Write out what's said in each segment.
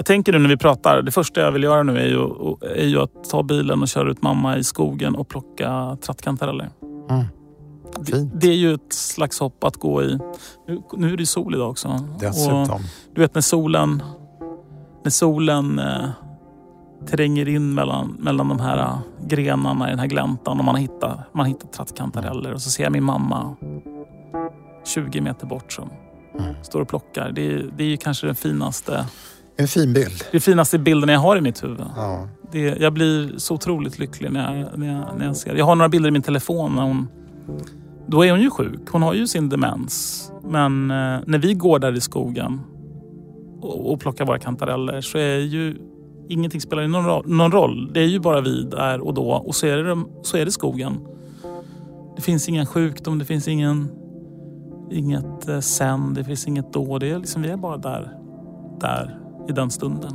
Jag tänker nu när vi pratar, det första jag vill göra nu är ju att ta bilen och köra ut mamma i skogen och plocka trattkantareller. Det är ju ett slags hopp att gå i. Nu är det sol idag också. Dessutom. Och, du vet när solen tränger in mellan de här grenarna i den här gläntan och man hittar trattkantareller och så ser jag min mamma 20 meter bort som står och plockar. Det är ju kanske den finaste. En fin bild. Det finaste bilden jag har i mitt huvud. Ja. Jag blir så otroligt lycklig när jag ser det. Jag har några bilder i min telefon då är hon ju sjuk. Hon har ju sin demens. Men när vi går där i skogen och plockar våra kantareller så är ju ingenting spelar någon roll. Det är ju bara vi där och då. Och så är det skogen. Det finns ingen sjukdom, det finns inget sen, det finns inget då. Det är liksom, vi är bara där i den stunden.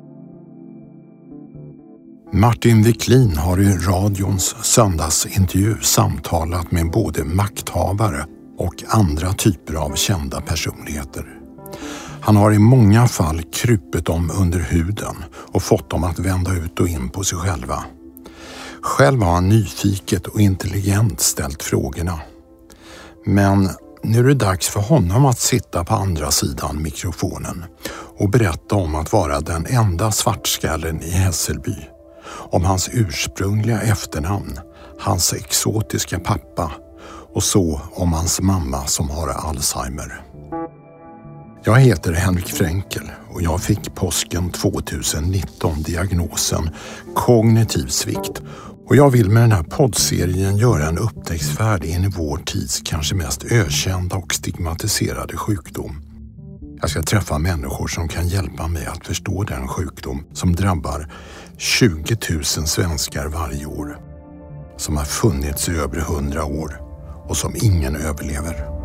Martin Wiklin har i radions söndagsintervju samtalat med både makthavare och andra typer av kända personligheter. Han har i många fall krupit dem under huden och fått dem att vända ut och in på sig själva. Själv har han nyfiket och intelligent ställt frågorna. Men nu är det dags för honom att sitta på andra sidan mikrofonen och berätta om att vara den enda svartskallen i Hässelby. Om hans ursprungliga efternamn, hans exotiska pappa och så om hans mamma som har Alzheimer. Jag heter Henrik Fränkel och jag fick påsken 2019 diagnosen kognitiv svikt. Och jag vill med den här poddserien göra en upptäcktsfärd in i vår tids kanske mest ökända och stigmatiserade sjukdom. Jag ska träffa människor som kan hjälpa mig att förstå den sjukdom som drabbar 20 000 svenskar varje år. Som har funnits i över 100 år och som ingen överlever.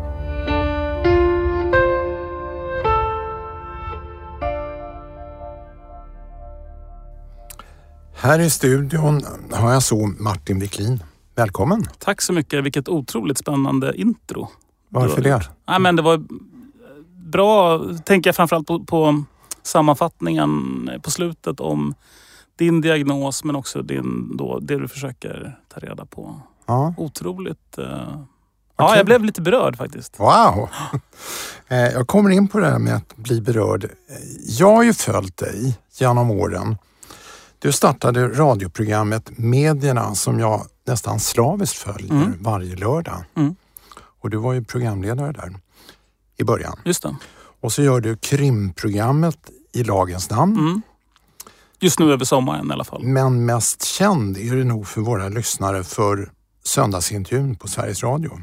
Här i studion har jag så Martin Wiklin. Välkommen. Tack så mycket. Vilket otroligt spännande intro. Varför det? Nej, men det var bra, tänker jag framförallt på sammanfattningen på slutet om din diagnos men också det du försöker ta reda på. Ja. Otroligt. Ja, jag blev lite berörd faktiskt. Wow! Jag kommer in på det här med att bli berörd. Jag har ju följt dig genom åren. Du startade radioprogrammet Medierna som jag nästan slaviskt följer varje lördag. Och du var ju programledare där i början. Just det. Och så gör du krimprogrammet I lagens namn. Just nu över sommaren i alla fall. Men mest känd är det nog för våra lyssnare för söndagsintervjun på Sveriges Radio.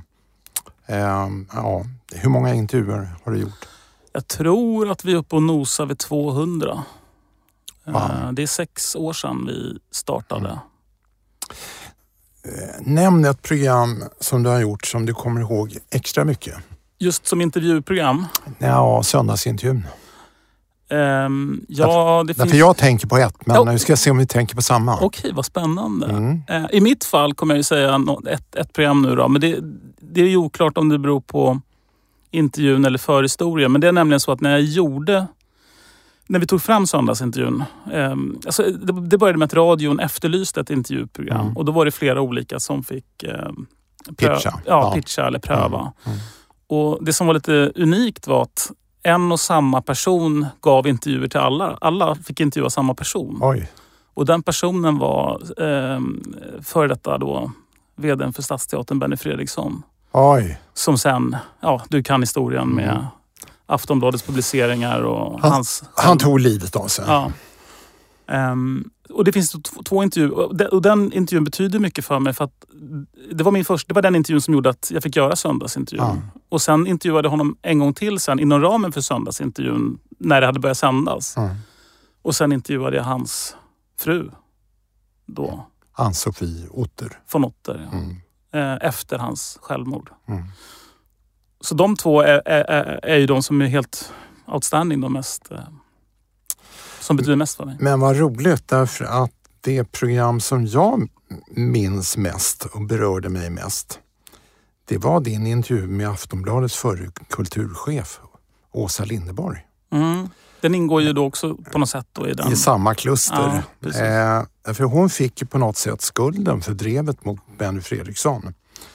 Hur många intervjuer har du gjort? Jag tror att vi är uppe och nosar vid 200. Wow. Det är 6 år sedan vi startade. Nämn ett program som du har gjort som du kommer ihåg extra mycket. Just som intervjuprogram? Ja, söndagsintervjun. Därför jag tänker på ett, men vi ska se om vi tänker på samma. Okej, vad spännande. I mitt fall kommer jag ju säga ett program nu då, men det är ju oklart om det beror på intervjun eller förhistorien. Men det är nämligen så att när vi tog fram söndagsintervjun, det började med att radion efterlyste ett intervjuprogram och då var det flera olika som fick pitcha eller pröva. Och det som var lite unikt var att en och samma person gav intervjuer till alla. Alla fick intervjua samma person. Oj. Och den personen var före detta då vdn för Stadsteatern, Benny Fredriksson. Oj. Som sen, du kan historien med Aftonbladets publiceringar och han tog livet av sig. Ja. Och det finns två intervjuer och den intervjun betyder mycket för mig för att det var den intervjun som gjorde att jag fick göra söndagsintervjun. Och sen intervjuade honom en gång till sen inom ramen för söndagsintervjun när det hade börjat sändas. Och sen intervjuade jag hans fru då. Ann-Sofie Otter. Von Otter, efter hans självmord. Så de två är ju de som är helt outstanding, de mest som betyder mest för mig. Men vad roligt, därför att det program som jag minns mest och berörde mig mest, det var din intervju med Aftonbladets förre kulturchef Åsa Linderborg. Den ingår ju då också på något sätt då i samma kluster. Ja, för hon fick ju på något sätt skulden för drevet mot Benny Fredriksson.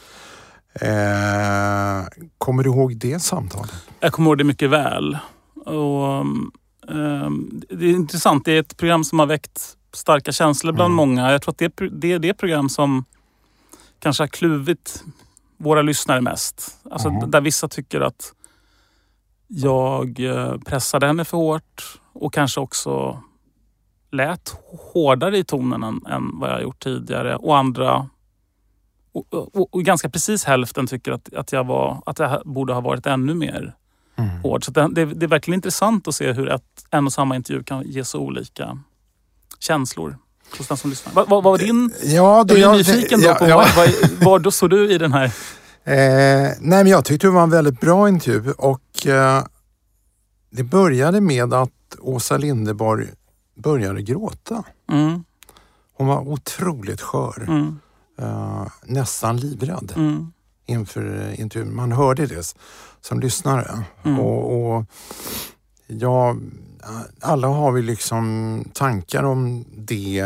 Kommer du ihåg det samtalet? Jag kommer ihåg det mycket väl. Och, det är intressant. Det är ett program som har väckt starka känslor bland många. Jag tror att det är det program som kanske har kluvit våra lyssnare mest. Alltså där vissa tycker att jag pressade henne för hårt och kanske också lät hårdare i tonen än vad jag gjort tidigare. Och andra, och ganska precis hälften tycker att jag borde ha varit ännu mer hård. Så det är verkligen intressant att se hur en och samma intervju kan ge så olika känslor hos den som lyssnar. Vad var din... Ja, jag är nyfiken då på var då står du i den här... Nej, men jag tyckte det var en väldigt bra intervju och det började med att Åsa Linderborg började gråta. Hon var otroligt skör. Nästan livrädd inför intervjun. Man hörde det som lyssnare. Och alla har vi liksom tankar om det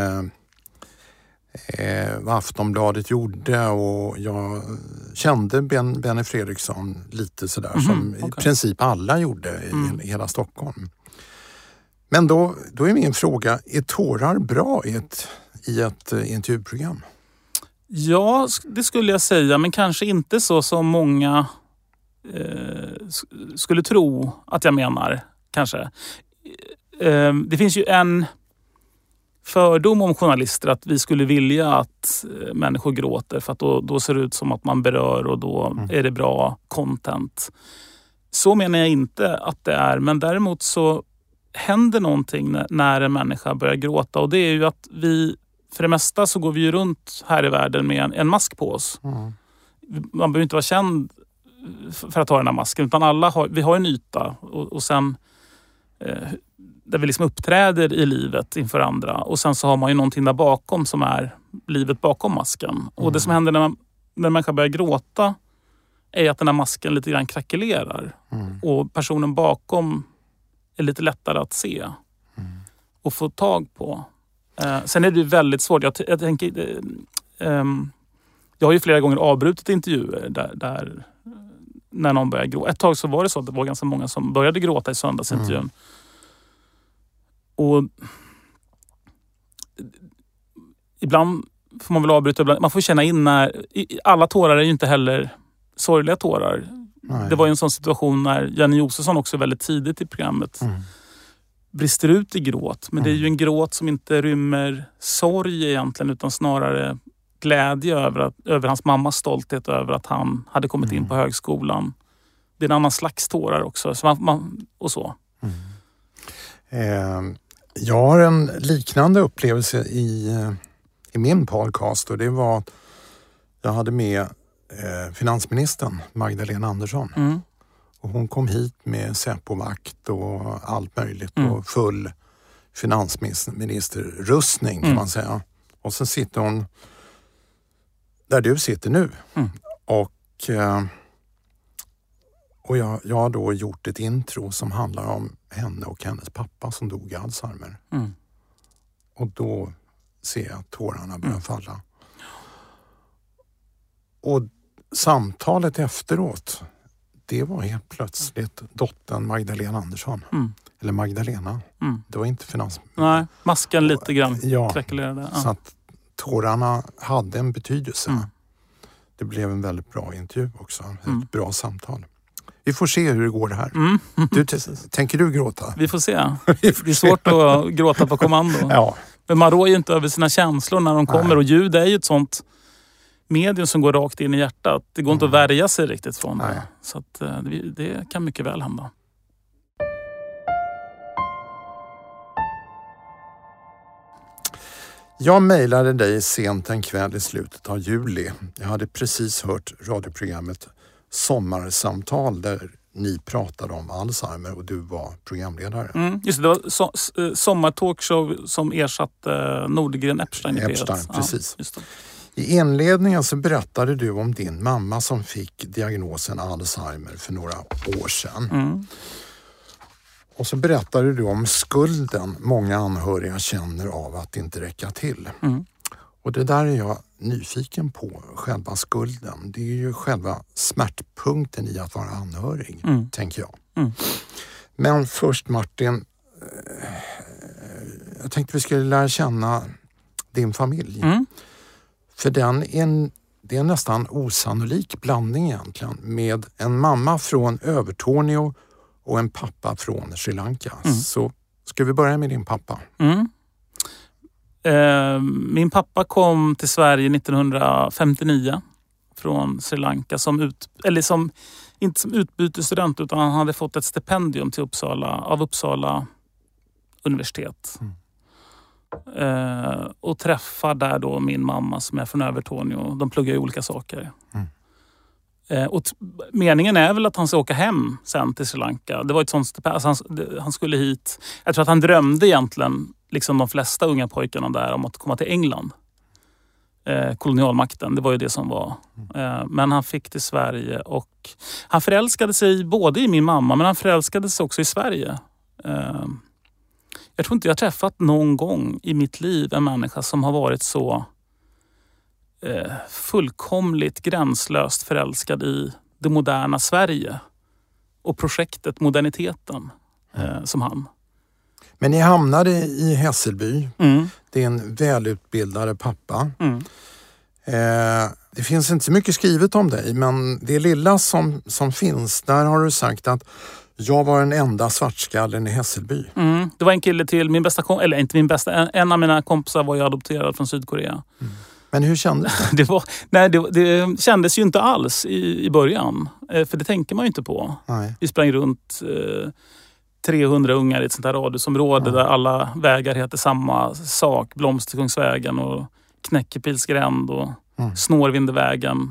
vad Aftonbladet gjorde och jag kände Benny Fredriksson lite sådär som i princip alla gjorde i hela Stockholm. Men då är min fråga, är tårar bra i ett intervjuprogram? Ja, det skulle jag säga, men kanske inte så som många skulle tro att jag menar, kanske. Det finns ju en fördom om journalister att vi skulle vilja att människor gråter för att då ser det ut som att man berör och då är det bra content. Så menar jag inte att det är, men däremot så händer någonting när en människa börjar gråta och det är ju att vi, för det mesta så går vi ju runt här i världen med en mask på oss. Man behöver inte vara känd för att ha den här masken utan vi har en yta och sen där vi liksom uppträder i livet inför andra och sen så har man ju någonting där bakom som är livet bakom masken. Och det som händer när en människa börjar gråta är att den här masken lite grann krackelerar och personen bakom är lite lättare att se och få tag på. Sen är det ju väldigt svårt. Jag tänker jag har ju flera gånger avbrutit intervjuer där när någon börjar gråta. Ett tag så var det så att det var ganska många som började gråta i söndagsintervjun. Och ibland får man väl avbryta, man får känna in alla tårar är ju inte heller sorgliga tårar. Nej. Det var ju en sån situation när Janne Josefsson också väldigt tidigt i programmet brister ut i gråt. Men det är ju en gråt som inte rymmer sorg egentligen utan snarare glädje över hans mammas stolthet över att han hade kommit in på högskolan. Det är en annan slags tårar också. Så och så. Jag har en liknande upplevelse i min podcast och det var att jag hade med finansministern Magdalena Andersson. Och hon kom hit med Säpovakt och allt möjligt och full finansministerrustning kan man säga. Och så sitter hon där du sitter nu. Och jag har då gjort ett intro som handlar om henne och hennes pappa som dog i Alzheimer. Och då ser jag att tårarna börjar falla. Och samtalet efteråt, det var helt plötsligt dottern Magdalena Andersson. Eller Magdalena. Det var inte Nej, masken lite grann krackelerade. Så att tårarna hade en betydelse. Det blev en väldigt bra intervju också. Ett bra samtal. Vi får se hur det går det här. Tänker du gråta? Vi får se. Det är svårt att gråta på kommando. Ja. Men man rår ju inte över sina känslor när de kommer. Och ljud är ju ett sånt medium som går rakt in i hjärtat. Det går inte att värja sig riktigt från det. Så att, det kan mycket väl hända. Jag mejlade dig sent en kväll i slutet av juli. Jag hade precis hört radioprogrammet Sommarsamtal där ni pratade om Alzheimer och du var programledare. Just det, var sommartalkshow som ersatte Nordgren Epstein. Precis. Ja, just det. I inledningen så berättade du om din mamma som fick diagnosen Alzheimer för några år sedan. Och så berättade du om skulden många anhöriga känner av att inte räcka till. Och det där är jag nyfiken på, själva skulden. Det är ju själva smärtpunkten i att vara anhörig, tänker jag. Men först Martin, jag tänkte vi skulle lära känna din familj. För det är en nästan osannolik blandning egentligen, med en mamma från Övertorneå och en pappa från Sri Lanka. Så ska vi börja med din pappa? Min pappa kom till Sverige 1959 från Sri Lanka inte som utbytesstudent, utan han hade fått ett stipendium till Uppsala universitet. Och träffar där då min mamma som är från Övertorneå. De pluggar ju olika saker. Och meningen är väl att han ska åka hem sen till Sri Lanka. Det var ett sånt stipendium. Alltså han skulle hit. Jag tror att han drömde egentligen, liksom de flesta unga pojkarna där, om att komma till England. Kolonialmakten, det var ju det som var. Men han fick till Sverige och han förälskade sig både i min mamma, men han förälskade sig också i Sverige. Jag tror inte jag har träffat någon gång i mitt liv en människa som har varit så fullkomligt gränslöst förälskad i det moderna Sverige och projektet Moderniteten som han. Men ni hamnade i Hässelby. Det är en välutbildade pappa. Det finns inte så mycket skrivet om dig, men det lilla som finns, där har du sagt att jag var den enda svartskallen i Hässelby. Det var en kille till min bästa kompis, eller inte min bästa, en av mina kompisar var ju adopterad från Sydkorea. Men hur kändes det? Det kändes ju inte alls i början. För det tänker man ju inte på. Nej. Vi sprang runt 300 ungar i ett sånt här radhusområde där alla vägar heter samma sak. Blomsterkungsvägen och Knäckepilsgränd och Snårvindevägen.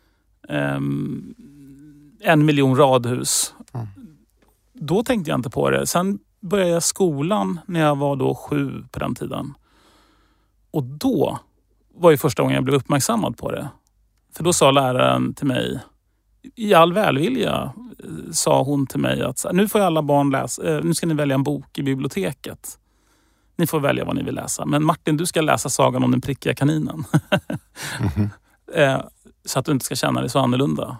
1 miljon radhus. Då tänkte jag inte på det. Sen började jag skolan när jag var då 7 på den tiden. Och då var ju första gången jag blev uppmärksammad på det. För då sa läraren till mig, i all välvilja sa hon till mig att nu får alla barn läsa, nu ska ni välja en bok i biblioteket. Ni får välja vad ni vill läsa. Men Martin, du ska läsa sagan om den prickiga kaninen. Så att du inte ska känna dig så annorlunda.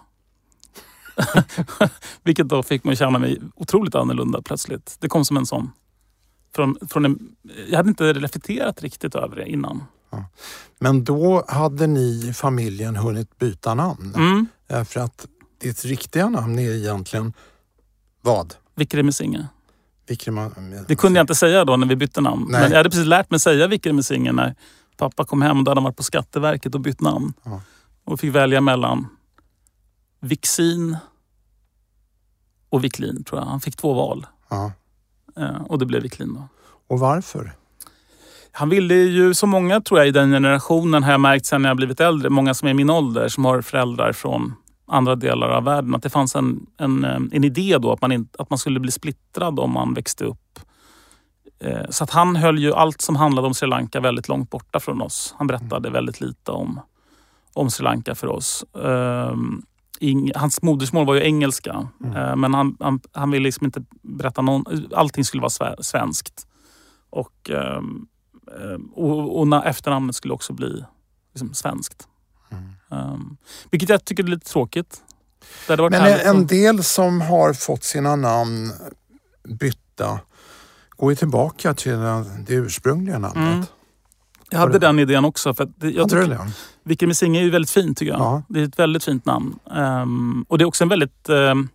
Vilket då fick mig att känna mig otroligt annorlunda plötsligt. Det kom som en sån. Jag hade inte reflekterat riktigt över det innan. Ja. Men då hade ni, familjen, hunnit byta namn. För att ditt riktiga namn är egentligen vad? Vikremesinge. Det kunde jag inte säga då när vi bytte namn. Nej. Men jag hade precis lärt mig säga Vikremesinge när pappa kom hem. Då hade han varit på Skatteverket och bytt namn. Ja. Och fick välja mellan Viksin och Wiklin, tror jag. Han fick 2 val. Ja. Och det blev Wiklin då. Och varför? Han ville ju, så många tror jag i den generationen har jag märkt sen när jag blivit äldre, många som är i min ålder som har föräldrar från andra delar av världen, att det fanns en idé då att man skulle bli splittrad om man växte upp. Så att han höll ju allt som handlade om Sri Lanka väldigt långt borta från oss. Han berättade väldigt lite om Sri Lanka för oss. Hans modersmål var ju engelska, men han ville liksom inte berätta allting skulle vara svenskt. Och efternamnet skulle också bli liksom svenskt. Vilket jag tycker är lite tråkigt. Men en del som har fått sina namn bytta går ju tillbaka till det ursprungliga namnet. Jag hade den idén också. För att Vikremesinge är ju väldigt fint, tycker jag. Ja. Det är ett väldigt fint namn. Och det är också en väldigt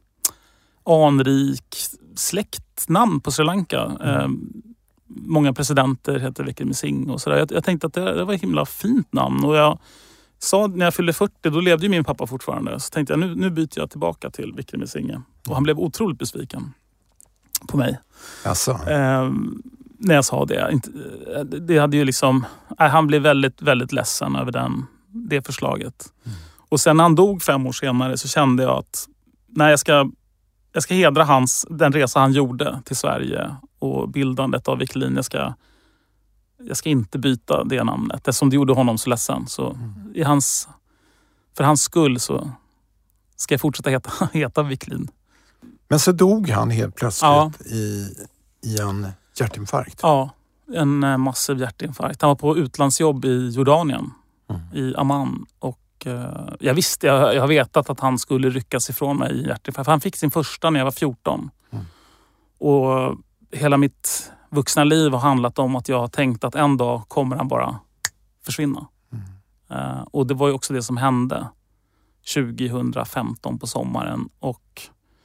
anrik släktnamn på Sri Lanka. Många presidenter heter Vikremesinge och sådär. Jag tänkte att det var ett himla fint namn. Och jag sa när jag fyllde 40, då levde ju min pappa fortfarande. Så tänkte jag, nu byter jag tillbaka till Vikremesinge. Och han blev otroligt besviken på mig. Jaså. När jag sa det. Det hade ju liksom, han blev väldigt, väldigt ledsen över det förslaget. Och sen när han dog 5 år senare så kände jag att jag ska hedra den resa han gjorde till Sverige och bildandet av Wiklin. Jag ska inte byta det namnet eftersom det gjorde honom så ledsen. Så för hans skull så ska jag fortsätta heta Wiklin. Men så dog han helt plötsligt i en hjärtinfarkt. Ja, en massiv hjärtinfarkt. Han var på utlandsjobb i Jordanien, i Amman. Och jag visste, jag har vetat att han skulle ryckas ifrån mig i hjärtinfarkt. Han fick sin första när jag var 14. Och hela mitt vuxna liv har handlat om att jag har tänkt att en dag kommer han bara försvinna. Och det var ju också det som hände 2015 på sommaren. Och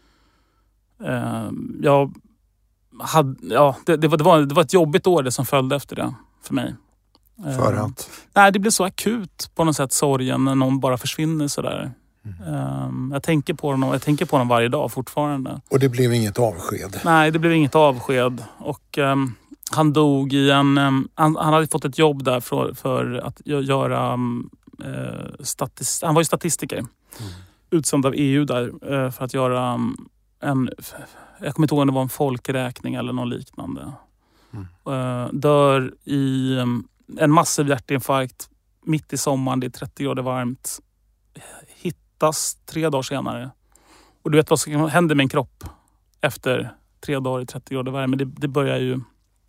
det var ett jobbigt år det som följde efter det för mig. För att? Nej, det blev så akut på något sätt, sorgen när någon bara försvinner sådär. Jag tänker på honom varje dag fortfarande. Och det blev inget avsked? Nej, det blev inget avsked. Och han dog i han hade fått ett jobb där för att göra han var ju statistiker. Utsänd av EU där för att göra jag kommer inte ihåg om det var en folkräkning eller något liknande. Dör i en massiv hjärtinfarkt mitt i sommaren, det är 30 grader varmt. Hittas 3 dagar senare. Och du vet vad som händer med en kropp efter 3 dagar i 30 grader värme. Det börjar ju,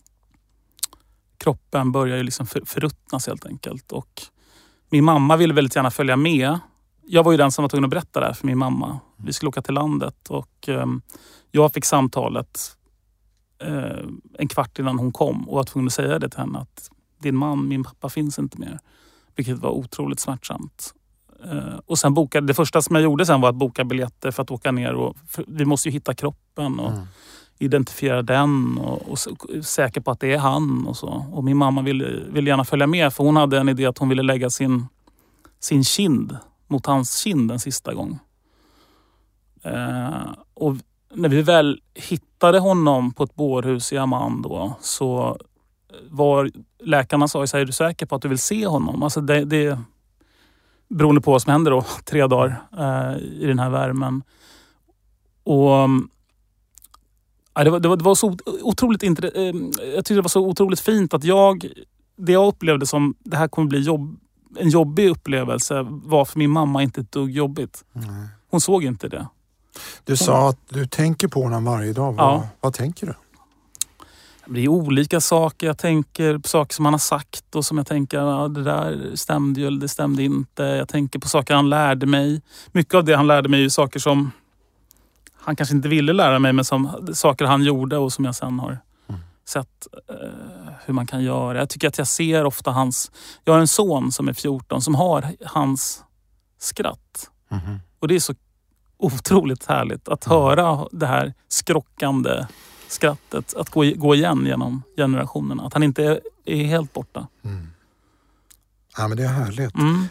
kroppen börjar ju liksom förruttnas helt enkelt. Och min mamma ville väldigt gärna följa med. Jag var ju den som var tvungen att berätta det här för min mamma. Vi skulle åka till landet och jag fick samtalet en kvart innan hon kom och var tvungen att säga det till henne att min pappa finns inte mer. Vilket var otroligt smärtsamt. Och sen det första som jag gjorde sen var att boka biljetter för att åka ner. Vi måste ju hitta kroppen och identifiera den och säker på att det är han och så. Och min mamma ville gärna följa med för hon hade en idé att hon ville lägga sin kind mot hans kind en sista gång. Och när vi väl hittade honom på ett bårhus i Amman då, så var läkarna sa är du säker på att du vill se honom? Alltså det beroende på vad som händer då 3 dagar i den här värmen. Och det var så otroligt jag tyckte det var så otroligt fint att det jag upplevde som det här kommer bli en jobbig upplevelse var för min mamma inte ett dugg jobbigt. Hon såg inte det. Du sa att du tänker på honom varje dag. Vad tänker du? Det är olika saker. Jag tänker på saker som han har sagt och som jag tänker, det där stämde ju eller det stämde inte. Jag tänker på saker han lärde mig. Mycket av det han lärde mig är ju saker som han kanske inte ville lära mig, men som saker han gjorde och som jag sen har sett hur man kan göra. Jag tycker att jag ser ofta jag har en son som är 14 som har hans skratt. Och det är så otroligt härligt att höra det här skrockande skrattet, att gå igen genom generationerna. Att han inte är helt borta. Ja, men det är härligt.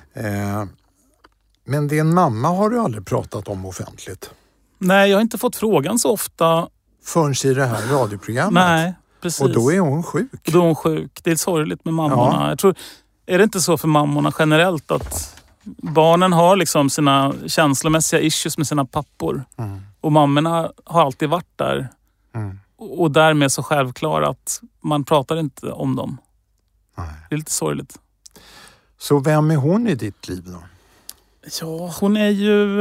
Men din mamma har du aldrig pratat om offentligt? Nej, jag har inte fått frågan så ofta. Förrän i det här radioprogrammet? Nej, precis. Och då är hon sjuk? Då är hon sjuk. Det är sorgligt med mammorna. Ja. Jag tror, är det inte så för mammorna generellt att barnen har liksom sina känslomässiga issues med sina pappor. Och mammorna har alltid varit där. Och därmed så självklara att man pratar inte om dem. Nej. Det är lite sorgligt. Så vem är hon i ditt liv då? Ja, hon är ju...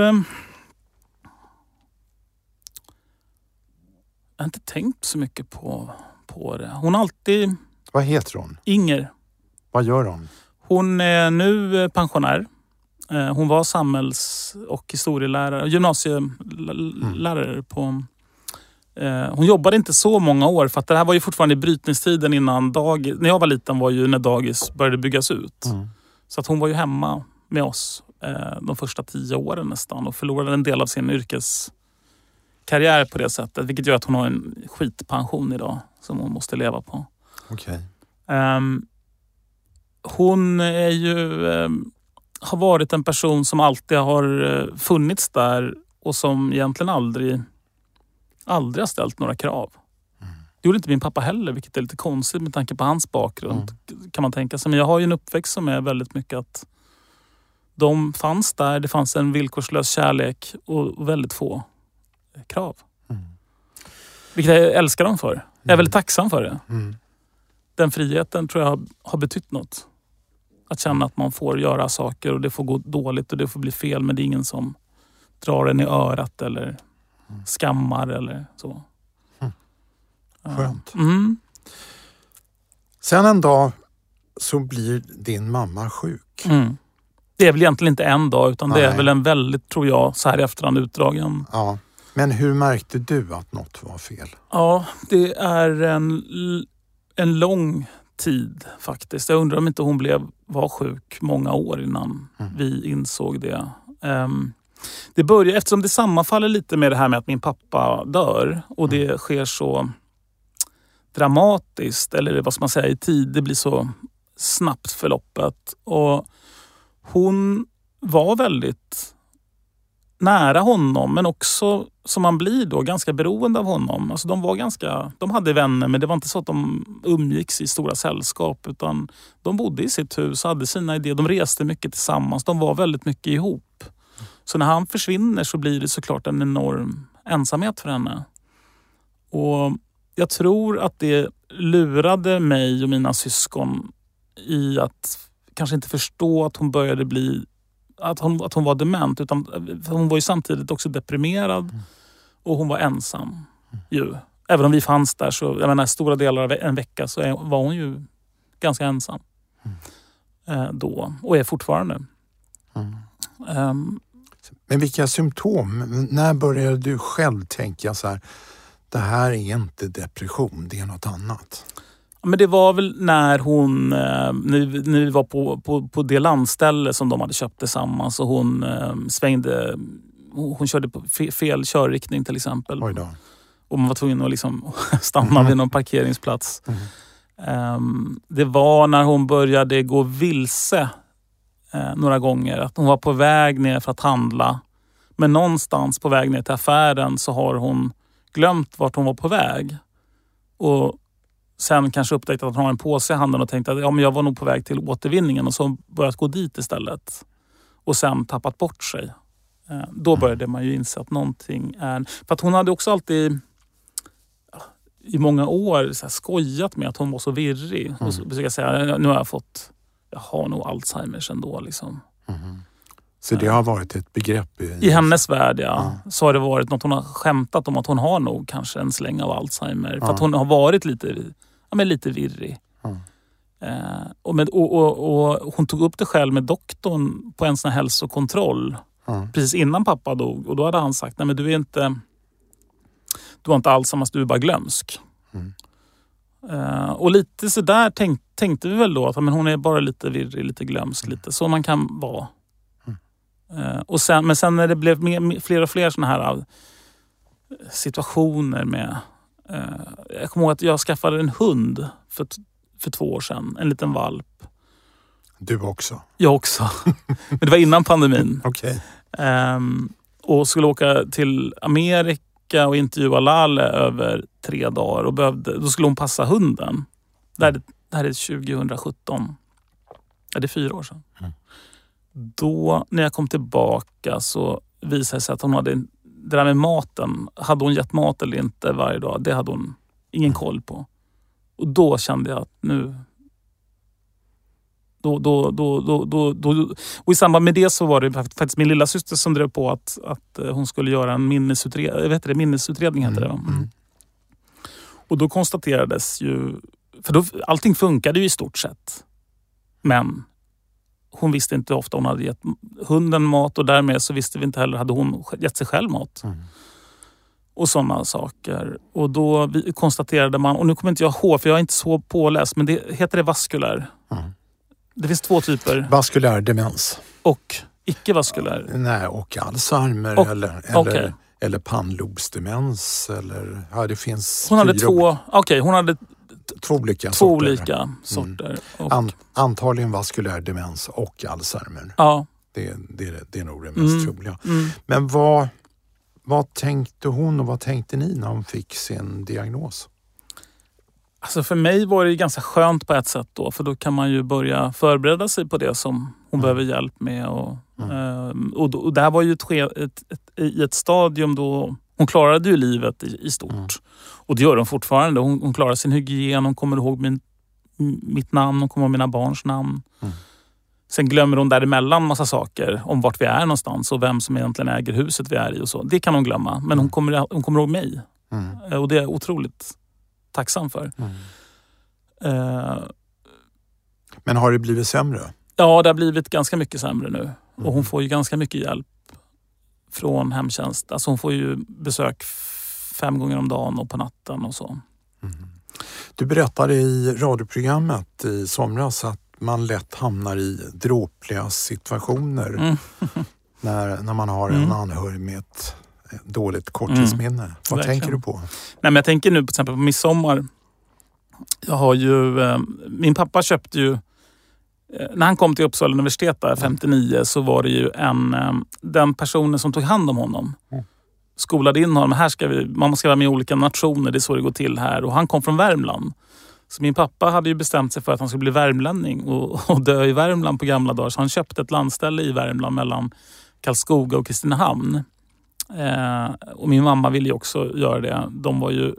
Jag har inte tänkt så mycket på det. Hon alltid... Vad heter hon? Inger. Vad gör hon? Hon är nu pensionär. Hon var samhälls- och historielärare, gymnasielärare på... Hon jobbade inte så många år för att det här var ju fortfarande i brytningstiden innan dagis. När jag var liten var ju när dagis började byggas ut. Så att hon var ju hemma med oss de första 10 åren nästan och förlorade en del av sin yrkeskarriär på det sättet. Vilket gör att hon har en skitpension idag som hon måste leva på. Okej. Hon är ju... har varit en person som alltid har funnits där och som egentligen aldrig har ställt några krav. Det gjorde inte min pappa heller, vilket är lite konstigt med tanke på hans bakgrund. Kan man tänka sig. Men jag har ju en uppväxt som är väldigt mycket att de fanns där. Det fanns en villkorslös kärlek och väldigt få krav. Vilket jag älskar dem för. Jag är väldigt tacksam för det. Den friheten tror jag har betytt något. Att känna att man får göra saker och det får gå dåligt och det får bli fel, men det är ingen som drar en i örat eller skammar eller så. Skönt. Sen en dag så blir din mamma sjuk. Det är väl egentligen inte en dag, utan det är väl en väldigt, tror jag, så här i efterhand utdragen. Ja. Men hur märkte du att något var fel? Ja, det är en lång tid faktiskt. Jag undrar om inte hon var sjuk många år innan vi insåg det. Det börjar, eftersom det sammanfaller lite med det här med att min pappa dör och det sker så dramatiskt, eller vad ska man säga, i tid. Det blir så snabbt förloppet. Och hon var väldigt nära honom, men också, som man blir då, ganska beroende av honom. Alltså de hade vänner, men det var inte så att de umgicks i stora sällskap, utan de bodde i sitt hus, hade sina idéer, de reste mycket tillsammans, de var väldigt mycket ihop. Så när han försvinner så blir det såklart en enorm ensamhet för henne. Och jag tror att det lurade mig och mina syskon i att kanske inte förstå att hon började bli att hon var dement, utan hon var ju samtidigt också deprimerad och hon var ensam ju. Även om vi fanns där, så jag menar, stora delar av en vecka så var hon ju ganska ensam då, och är fortfarande. Men vilka symptom? När började du själv tänka så här, det här är inte depression, det är något annat? Men det var väl när hon, när vi var på det landställe som de hade köpt tillsammans, och hon körde på fel körriktning till exempel. Oj då. Och man var tvungen att liksom stanna vid någon parkeringsplats. Det var när hon började gå vilse några gånger. Att hon var på väg ner för att handla. Men någonstans på väg ner till affären så har hon glömt vart hon var på väg. Och sen kanske upptäckte att hon har en påse i handen och tänkte att men jag var nog på väg till återvinningen, och så börjat gå dit istället. Och sen tappat bort sig. Då började man ju inse att någonting är... För att hon hade också alltid i många år så här skojat med att hon var så virrig. Och så försöka säga, nu har jag har nog Alzheimers ändå liksom. Så det har varit ett begrepp i hennes värld, ja. Så har det varit något hon har skämtat om, att hon har nog kanske en släng av Alzheimer. För att hon har varit lite virrig. Och hon tog upp det själv med doktorn på en sån här hälsokontroll. Precis innan pappa dog. Och då hade han sagt, nej men du har inte Alzheimers, du är bara glömsk. Och lite så där tänkte vi väl då att men hon är bara lite virrig, lite glömsk, lite så man kan vara. Men sen när det blev fler och fler såna här situationer med... jag kommer ihåg att jag skaffade en hund för 2 år sedan. En liten valp. Du också? Jag också. Men det var innan pandemin. Okej. Och skulle åka till Amerika och intervjua Lale över 3 dagar. Och då skulle hon passa hunden. Det här är 2017. Ja, det är 4 år sedan. Då när jag kom tillbaka så visade det sig att hon hade det där med maten. Hade hon gett mat eller inte varje dag? Det hade hon ingen koll på. Och då kände jag att nu... Och i samband med det så var det faktiskt min lilla syster som drev på att hon skulle göra en minnesutredning heter det. Och då konstaterades ju... För då, allting funkade ju i stort sett. Men... Hon visste inte hur ofta hon hade gett hunden mat, och därmed så visste vi inte heller, hade hon gett sig själv mat. Och sådana saker. Och då konstaterade man, och nu kommer inte jag ihåg för jag är inte så påläst, men heter det vaskulär? Det finns 2 typer. Vaskulär demens. Och icke-vaskulär? Nej, och Alzheimer eller pannlobsdemens eller det finns... Hon hade 2, hon hade 2 olika sorter. Antagligen vaskulär demens och Alzheimer. Ja. Det är nog det mest troliga. Men vad tänkte hon och vad tänkte ni när hon fick sin diagnos? Alltså för mig var det ganska skönt på ett sätt då. För då kan man ju börja förbereda sig på det som hon behöver hjälp med. Och det här var ju i ett stadium då hon klarade ju livet i stort. Och det gör hon fortfarande. Hon klarar sin hygien, hon kommer ihåg mitt namn, hon kommer ihåg mina barns namn. Sen glömmer hon däremellan massa saker om vart vi är någonstans och vem som egentligen äger huset vi är i och så. Det kan hon glömma, men hon kommer ihåg mig. Och det är jag otroligt tacksam för. Men har det blivit sämre? Ja, det har blivit ganska mycket sämre nu. Och hon får ju ganska mycket hjälp från hemtjänst. Alltså hon får ju besök 5 gånger om dagen och på natten och så. Du berättade i radioprogrammet i somras att man lätt hamnar i dråpliga situationer när man har en anhörig med ett dåligt korttidsminne. Vad tänker du på? Nej, men jag tänker nu till exempel på midsommar. Jag har ju, min pappa köpte ju, när han kom till Uppsala universitet där, 59, så var det ju den personen som tog hand om honom. Skolade in honom. Man ska vara med i olika nationer, det är så det går till här. Och han kom från Värmland. Så min pappa hade ju bestämt sig för att han skulle bli värmlänning och dö i Värmland på gamla dagar. Så han köpte ett landställe i Värmland mellan Karlskoga och Kristinehamn. Och min mamma ville ju också göra det. De var ju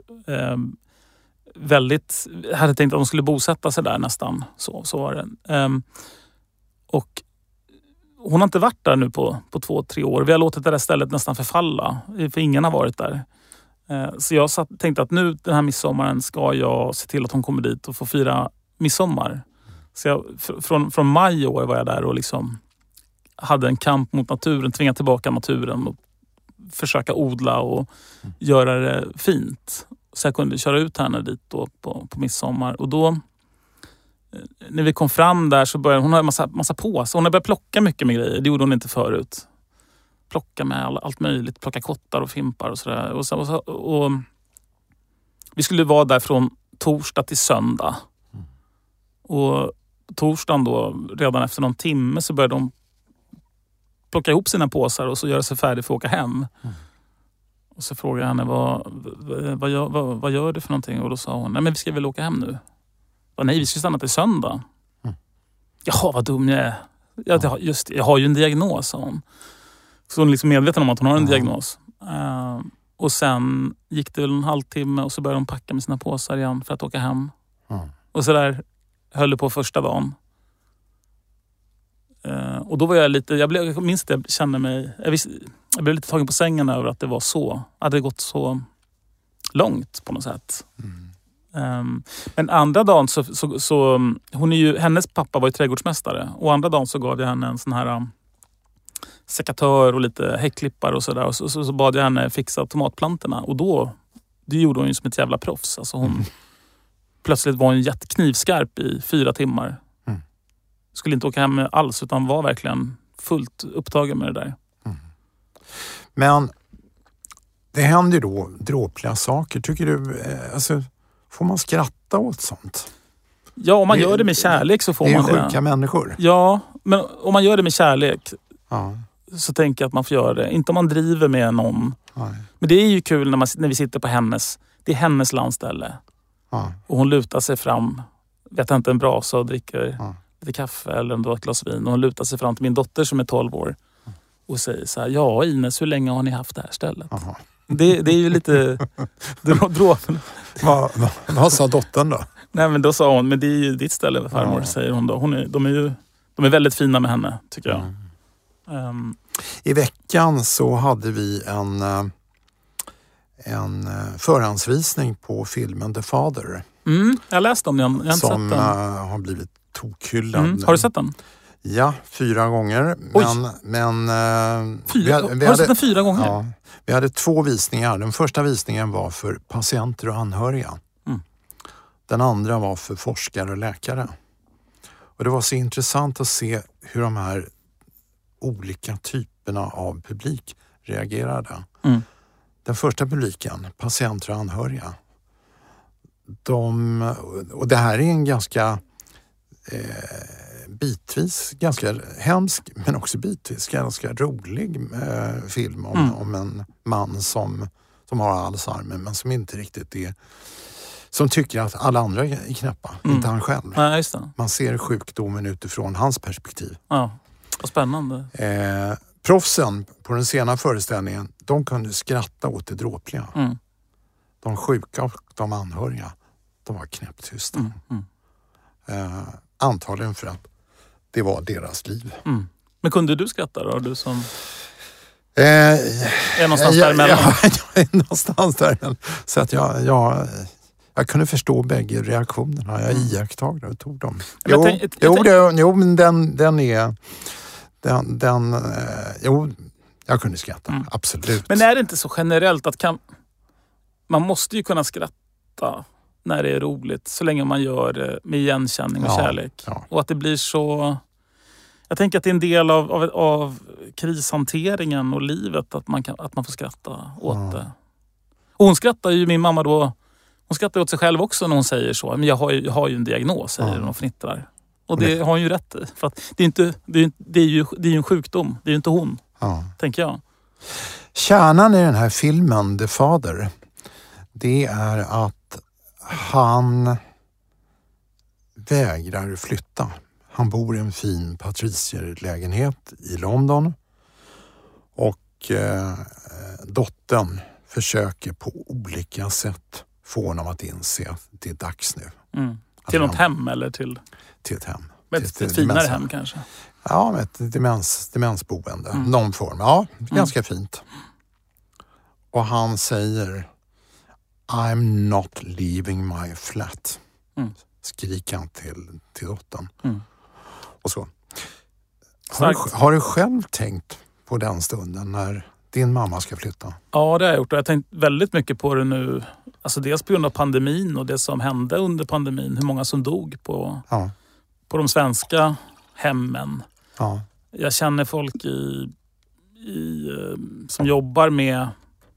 hade tänkt att de skulle bosätta sig där nästan. Så var det. Och hon har inte varit där nu på 2-3 år. Vi har låtit det där stället nästan förfalla. För ingen har varit där. Så jag tänkte att nu den här midsommaren ska jag se till att hon kommer dit och får fira midsommar. Så från maj i år var jag där och liksom hade en kamp mot naturen. Tvingade tillbaka naturen och försöka odla och göra det fint. Så jag kunde köra ut henne dit då på midsommar. Och då, när vi kom fram där, så började hon ha en massa påsar. Hon har börjat plocka mycket med grejer. Det gjorde hon inte förut. Plocka med allt möjligt. Plocka kottar och fimpar och sådär. Och vi skulle vara där från torsdag till söndag. Och torsdagen då, redan efter någon timme, så började de plocka ihop sina påsar och så göra sig färdig för att åka hem. Och så frågade jag henne, vad gör du för någonting? Och då sa hon, nej men vi ska väl åka hem nu. Och nej, vi ska stanna till söndag. Jaha, vad dum jag är. Jag har ju en diagnos, sa hon. Så hon är liksom medveten om att hon har en diagnos. Och sen gick det väl en halvtimme och så började de packa med sina påsar igen för att åka hem. Och så där höll det på första dagen. Och då var jag lite, jag minns att jag kände mig, jag blev lite tagen på sängen över att det var så, att det gått så långt på något sätt. Men andra dagen så hon är ju, hennes pappa var ju trädgårdsmästare, och andra dagen så gav jag henne en sån här sekatör och lite häckklippare och sådär, och så bad jag henne fixa tomatplantorna, och då, det gjorde hon ju som ett jävla proffs. Alltså hon plötsligt var hon jätteknivskarp i 4 timmar. Skulle inte åka hem alls, utan var verkligen fullt upptagen med det där. Men det händer ju då dråpliga saker. Tycker du, alltså, får man skratta åt sånt? Ja, om man gör det med kärlek så får man det. Det är sjuka människor. Ja, men om man gör det med kärlek så tänker jag att man får göra det. Inte om man driver med någon. Nej. Men det är ju kul när vi sitter på det är hennes landställe. Och hon lutar sig fram, vet inte, en brasa och dricker lite kaffe eller ett glas vin. Och hon lutar sig fram till min dotter som är 12 år och säger så här: ja Ines, hur länge har ni haft det här stället? Det är ju lite dråpen. Vad sa dottern då? Nej, men då sa hon, men det är ju ditt ställe, farmor, säger hon då. De är väldigt fina med henne, tycker jag. I veckan så hade vi en förhandsvisning på filmen The Father. Jag läste om den, jag har inte sett den. Som har blivit tokhyllad. Har du sett den? Ja, 4 gånger. Men har du sett den 4 gånger? Ja, vi hade 2 visningar. Den första visningen var för patienter och anhöriga. Den andra var för forskare och läkare. Och det var så intressant att se hur de här olika typerna av publik reagerade. Den första publiken, patienter och anhöriga, och det här är en ganska bitvis ganska hemsk, men också bitvis ganska rolig film om en man som har Alzheimer, men som inte riktigt är, som tycker att alla andra är knäppa, inte han själv. Ja, just det. Man ser sjukdomen utifrån hans perspektiv. Ja, vad spännande. Proffsen på den sena föreställningen, de kunde skratta åt det dråpliga. De sjuka och de anhöriga, de var knäpptysta. Antagligen för att det var deras liv. Mm. Men kunde du skratta då? Du som är någonstans däremellan? Jag är någonstans där. Så att jag kunde förstå bägge reaktionerna. Jag iakttog det och tog dem. Jag kunde skratta. Absolut. Men är det inte så generellt att man måste ju kunna skratta när det är roligt så länge man gör det med igenkänning och kärlek. Ja. Och att det blir så... Jag tänker att det är en del av krishanteringen och livet att man får skratta åt det. Och hon skrattar ju, min mamma då, hon skrattar åt sig själv också när hon säger så. Men jag har ju en diagnos, säger hon och fnittrar. Och det har hon ju rätt i. För att det är ju en sjukdom. Det är ju inte hon, tänker jag. Kärnan i den här filmen, The Father, det är att han vägrar flytta. Han bor i en fin patricierlägenhet i London och dottern försöker på olika sätt få honom att inse att det är dags nu. Mm. Till något hem eller till ett hem. Med ett finare hem kanske? Ja, med ett demensboende. Någon form. Ja, ganska fint. Och han säger I'm not leaving my flat. Skriker han till dottern. Och så. Har du själv tänkt på den stunden när din mamma ska flytta? Ja, det har jag gjort. Jag har tänkt väldigt mycket på det nu. Alltså dels på grund av pandemin och det som hände under pandemin. Hur många som dog på de svenska hemmen. Ja. Jag känner folk som jobbar med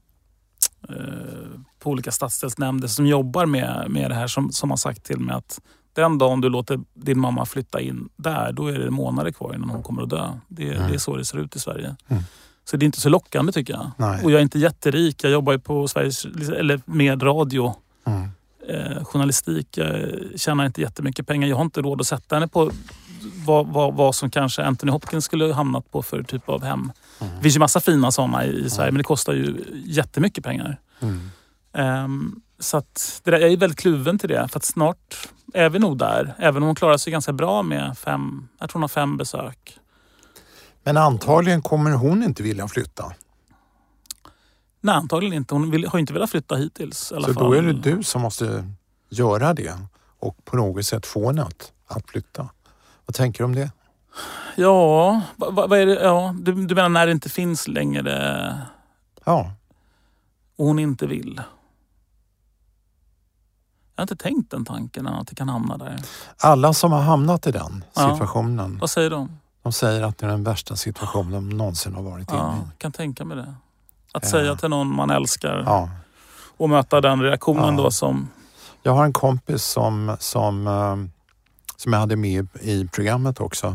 på olika stadsdelsnämnder som jobbar med det här som har sagt till mig att den dagen du låter din mamma flytta in där, då är det månader kvar innan hon kommer att dö. Det är så det ser ut i Sverige. Så det är inte så lockande tycker jag. Nej. Och jag är inte jätterik. Jag jobbar ju på med radio. Journalistik. Jag tjänar inte jättemycket pengar. Jag har inte råd att sätta henne på vad som kanske Anthony Hopkins skulle hamnat på för typ av hem. Det finns ju massa fina sådana i Sverige, men det kostar ju jättemycket pengar. Så att jag är väldigt kluven till det. För att snart är vi nog där. Även om hon klarar sig ganska bra med 5, jag tror hon har 5 besök. Men antagligen kommer hon inte vilja flytta. Nej, antagligen inte. Hon har inte velat flytta hittills. I alla så fall. Då är det du som måste göra det. Och på något sätt få henne att flytta. Vad tänker du om det? Ja, vad är det? Ja, du menar när det inte finns längre? Ja. Och hon inte vill. Jag har inte tänkt den tanken att det kan hamna där. Alla som har hamnat i den situationen. Vad säger de? De säger att det är den värsta situationen de någonsin har varit inne i. Jag kan tänka mig det. Att säga till någon man älskar och möta den reaktionen då som... Jag har en kompis som jag hade med i programmet också.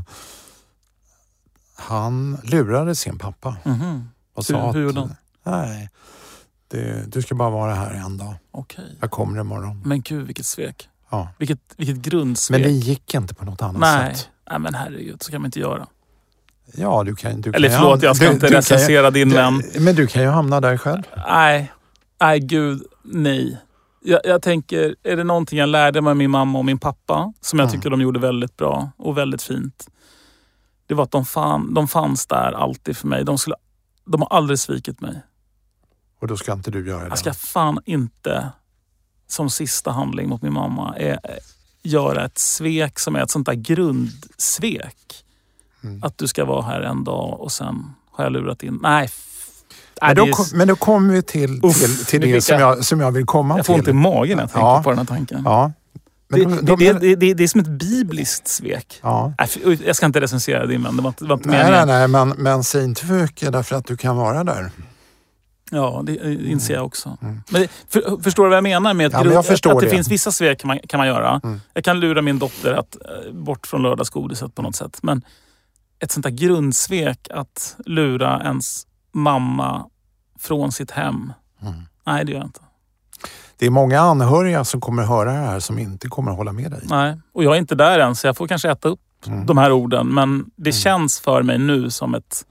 Han lurade sin pappa. Och sa hur gjorde han? Nej, du ska bara vara här en dag. Okay. Jag kommer imorgon. Men gud, vilket svek. Ja. Vilket grundsvek. Men det gick inte på något annat sätt. Nej, men herregud, så kan man inte göra. Ja, du kan eller förlåt, jag ska inte recensera din vän. Men du kan ju hamna där själv. Nej, gud, nej. Jag tänker, är det någonting jag lärde mig av min mamma och min pappa som jag tycker de gjorde väldigt bra och väldigt fint. Det var att de fanns där alltid för mig. De har aldrig svikit mig. Och då ska inte du göra det? Jag ska fan inte som sista handling mot min mamma göra ett svek som är ett sånt där grundsvek. Att du ska vara här en dag och sen har jag lurat in. Nej. Men då kommer vi till det som jag vill komma till. Jag får inte i magen när jag tänker på den här tanken. Ja. Men det är som ett bibliskt svek. Ja. Jag ska inte recensera din vän. Det var inte nej, men säg inte för mycket därför att du kan vara där. Ja, det inser jag också. Men förstår du vad jag menar med att det finns vissa svek kan man göra. Jag kan lura min dotter bort från lördagsgodiset på något sätt. Men ett sånt där grundsvek att lura ens mamma från sitt hem. Nej, det gör jag inte. Det är många anhöriga som kommer höra det här som inte kommer att hålla med dig. Nej, och jag är inte där än så jag får kanske äta upp de här orden. Men det känns för mig nu som ett...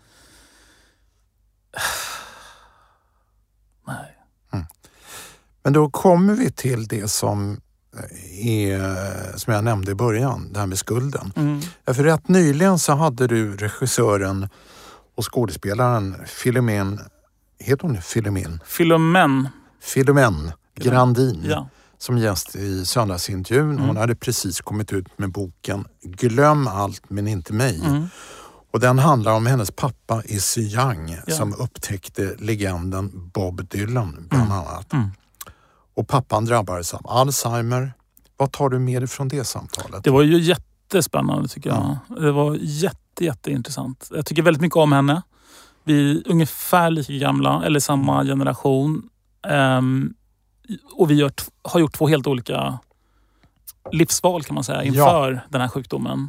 Nej. Men då kommer vi till det som är, som jag nämnde i början, det här med skulden. För rätt nyligen så hade du regissören och skådespelaren Philomène, heter hon Philomène? Philomène Grandin, som gäst i söndagsintervjun. Hon hade precis kommit ut med boken Glöm allt men inte mig. Och den handlar om hennes pappa Issy Young som upptäckte legenden Bob Dylan bland annat. Och pappan drabbades av Alzheimer. Vad tar du med dig från det samtalet? Det var ju jättespännande tycker jag. Det var jätteintressant. Jag tycker väldigt mycket om henne. Vi är ungefär lika gamla, eller samma generation. Och vi har gjort 2 helt olika livsval kan man säga inför den här sjukdomen.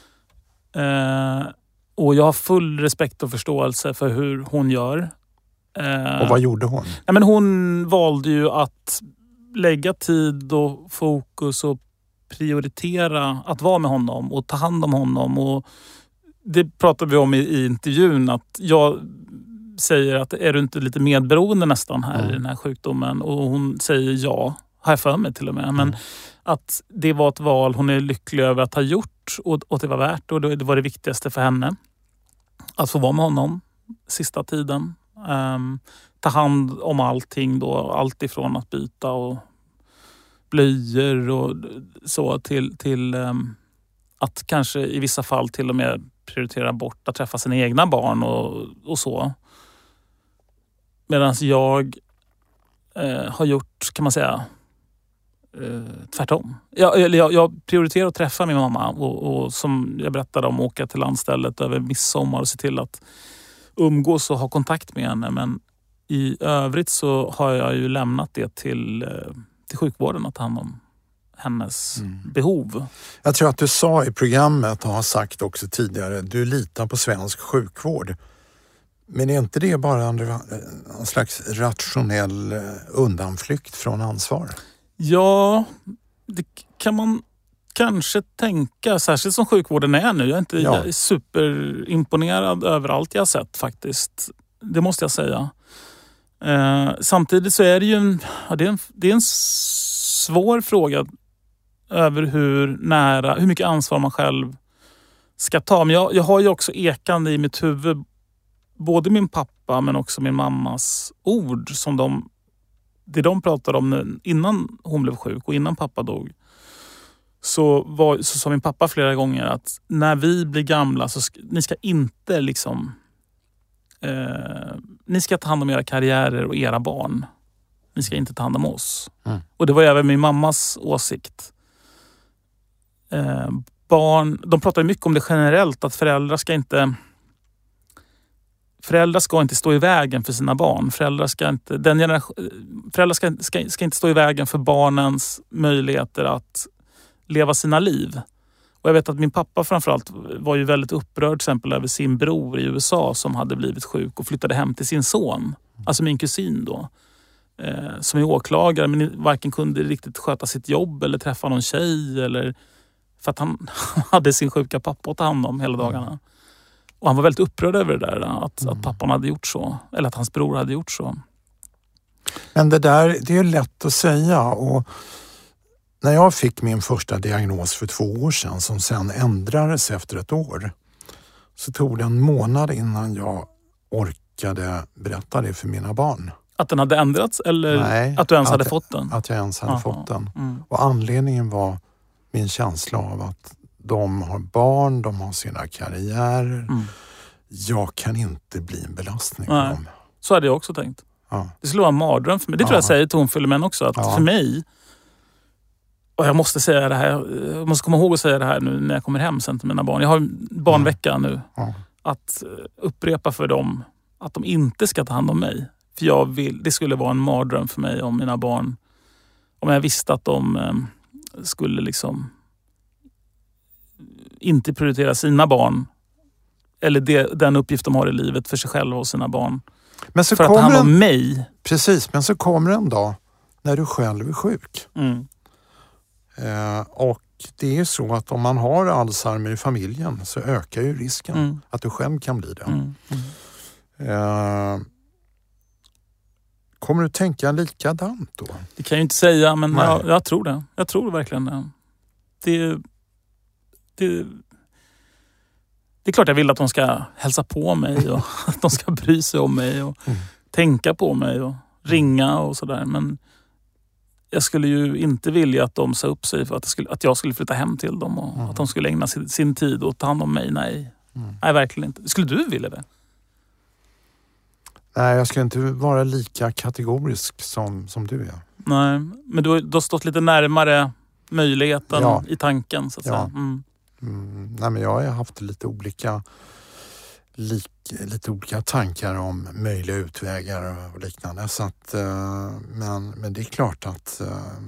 Och jag har full respekt och förståelse för hur hon gör. Och vad gjorde hon? Nej, men hon valde ju att lägga tid och fokus och prioritera att vara med honom och ta hand om honom. Och det pratade vi om i intervjun, att jag säger att är du inte lite medberoende nästan här i den här sjukdomen? Och hon säger ja, har jag för mig till och med. Men att det var ett val hon är lycklig över att ha gjort och det var värt, och det var det viktigaste för henne. Att få vara med honom sista tiden. Ta hand om allting då, allt ifrån att byta och blöjor och så till att kanske i vissa fall till och med prioritera bort att träffa sina egna barn och så. Medan jag har gjort, kan man säga, tvärtom. Jag prioriterar att träffa min mamma och som jag berättade om, åka till landstället över midsommar och se till att umgås och ha kontakt med henne. Men i övrigt så har jag ju lämnat det till sjukvården att ta hand om hennes behov. Jag tror att du sa i programmet och har sagt också tidigare, du litar på svensk sjukvård. Men är inte det bara en slags rationell undanflykt från ansvar? Ja, det kan man kanske tänka, särskilt som sjukvården är nu. Jag är superimponerad över allt jag har sett faktiskt. Det måste jag säga. Samtidigt så är det ju det är en svår fråga över hur mycket ansvar man själv ska ta. Men jag har ju också ekande i mitt huvud både min pappa men också min mammas ord som de pratade om innan hon blev sjuk och innan pappa dog. Så sa min pappa flera gånger att när vi blir gamla så ni ska inte liksom ni ska ta hand om era karriärer och era barn. Ni ska inte ta hand om oss. Och det var även min mammas åsikt. De pratar mycket om det generellt, att föräldrar ska inte stå i vägen för sina barn. Föräldrar ska inte stå i vägen för barnens möjligheter att leva sina liv. Och jag vet att min pappa framförallt var ju väldigt upprörd till exempel över sin bror i USA som hade blivit sjuk och flyttade hem till sin son. Alltså min kusin då. Som är åklagare men varken kunde riktigt sköta sitt jobb eller träffa någon tjej. Eller, för att han hade sin sjuka pappa att ta hand om hela dagarna. Och han var väldigt upprörd över det där. Att pappan hade gjort så. Eller att hans bror hade gjort så. Men det är lätt att säga. Och när jag fick min första diagnos för 2 år sedan som sen ändrades efter 1 år, så tog det en månad innan jag orkade berätta det för mina barn. Att den hade ändrats eller att du ens hade fått den? Att jag ens hade fått den. Och anledningen var min känsla av att de har barn, de har sina karriärer. Jag kan inte bli en belastning för dem. Så hade jag också tänkt. Ja. Det skulle vara en mardröm för mig. Det tror jag säger till Philomène också. Att för mig, och jag måste säga det här, jag måste komma ihåg att säga det här nu när jag kommer hem sen till mina barn. Jag har barnvecka nu. Att upprepa för dem att de inte ska ta hand om mig. För det skulle vara en mardröm för mig om mina barn, om jag visste att de skulle liksom inte prioritera sina barn eller den uppgift de har i livet för sig själva och sina barn. Men så för att ta hand om mig. Precis, men så kommer en dag när du själv är sjuk. Och det är så att om man har Alzheimer i familjen så ökar ju risken att du själv kan bli det. Kommer du tänka likadant då? Det kan jag ju inte säga, men jag tror det. Jag tror verkligen det. Det är klart jag vill att de ska hälsa på mig och att de ska bry sig om mig och tänka på mig och ringa och sådär. Men jag skulle ju inte vilja att de sa upp sig för att jag skulle flytta hem till dem och att de skulle ägna sin tid och ta hand om mig. Nej, verkligen inte. Skulle du vilja det? Nej, jag skulle inte vara lika kategorisk som du är. Nej, men du har stått lite närmare möjligheten i tanken så att säga. Nej, men jag har haft lite olika tankar om möjliga utvägar och liknande. Så att, men det är klart att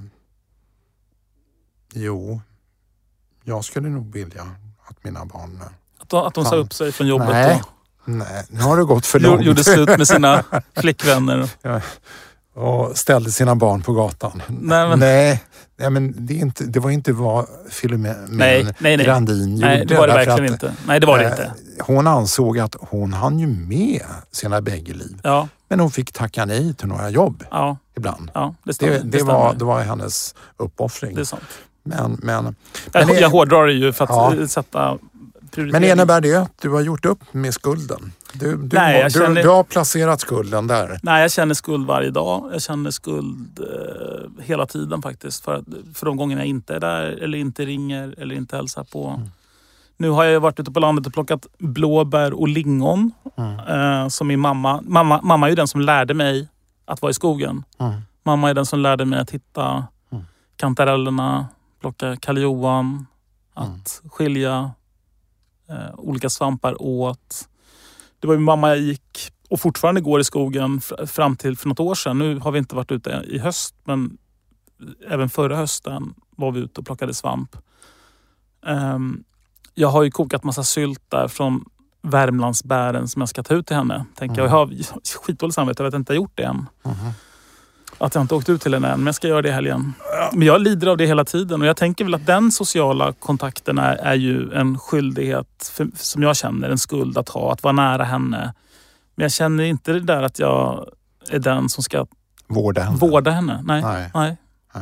jag skulle nog vilja att mina barn... Att de sa upp sig från jobbet? Nej, nu har det gått för långt. Gjorde slut med sina flickvänner. Och ställde sina barn på gatan. Nej, men det var inte vad Filomena Grandin gjorde. Nej, det var det verkligen inte. Nej, det var det inte. Hon ansåg att hon hann ju med sina bägge liv. Ja. Men hon fick tacka nej till några jobb ibland. Ja, det var hennes uppoffring. Det är sant. Men jag hårdrar det ju för att sätta... Men innebär det att du har gjort upp med skulden? Du har placerat skulden där? Nej, jag känner skuld varje dag. Jag känner skuld hela tiden faktiskt. För de gångerna jag inte är där eller inte ringer eller inte hälsar på. Nu har jag varit ute på landet och plockat blåbär och lingon. Som min mamma. Mamma är ju den som lärde mig att vara i skogen. Mamma är den som lärde mig att hitta kantarellerna, plocka karljohan, att skilja olika svampar åt. Det var ju mamma jag gick och fortfarande går i skogen fram till för något år sedan. Nu har vi inte varit ute i höst, men även förra hösten var vi ute och plockade svamp. Jag har ju kokat massa sylt där från Värmlandsbären som jag ska ta ut till henne. Tänker jag har skitdåligt samvete, jag vet inte, jag har gjort det än. Att jag inte åkt ut till henne än, men jag ska göra det i helgen. Men jag lider av det hela tiden och jag tänker väl att den sociala kontakten är ju en skyldighet som jag känner, en skuld att ha, att vara nära henne. Men jag känner inte det där att jag är den som ska vårda henne. Nej.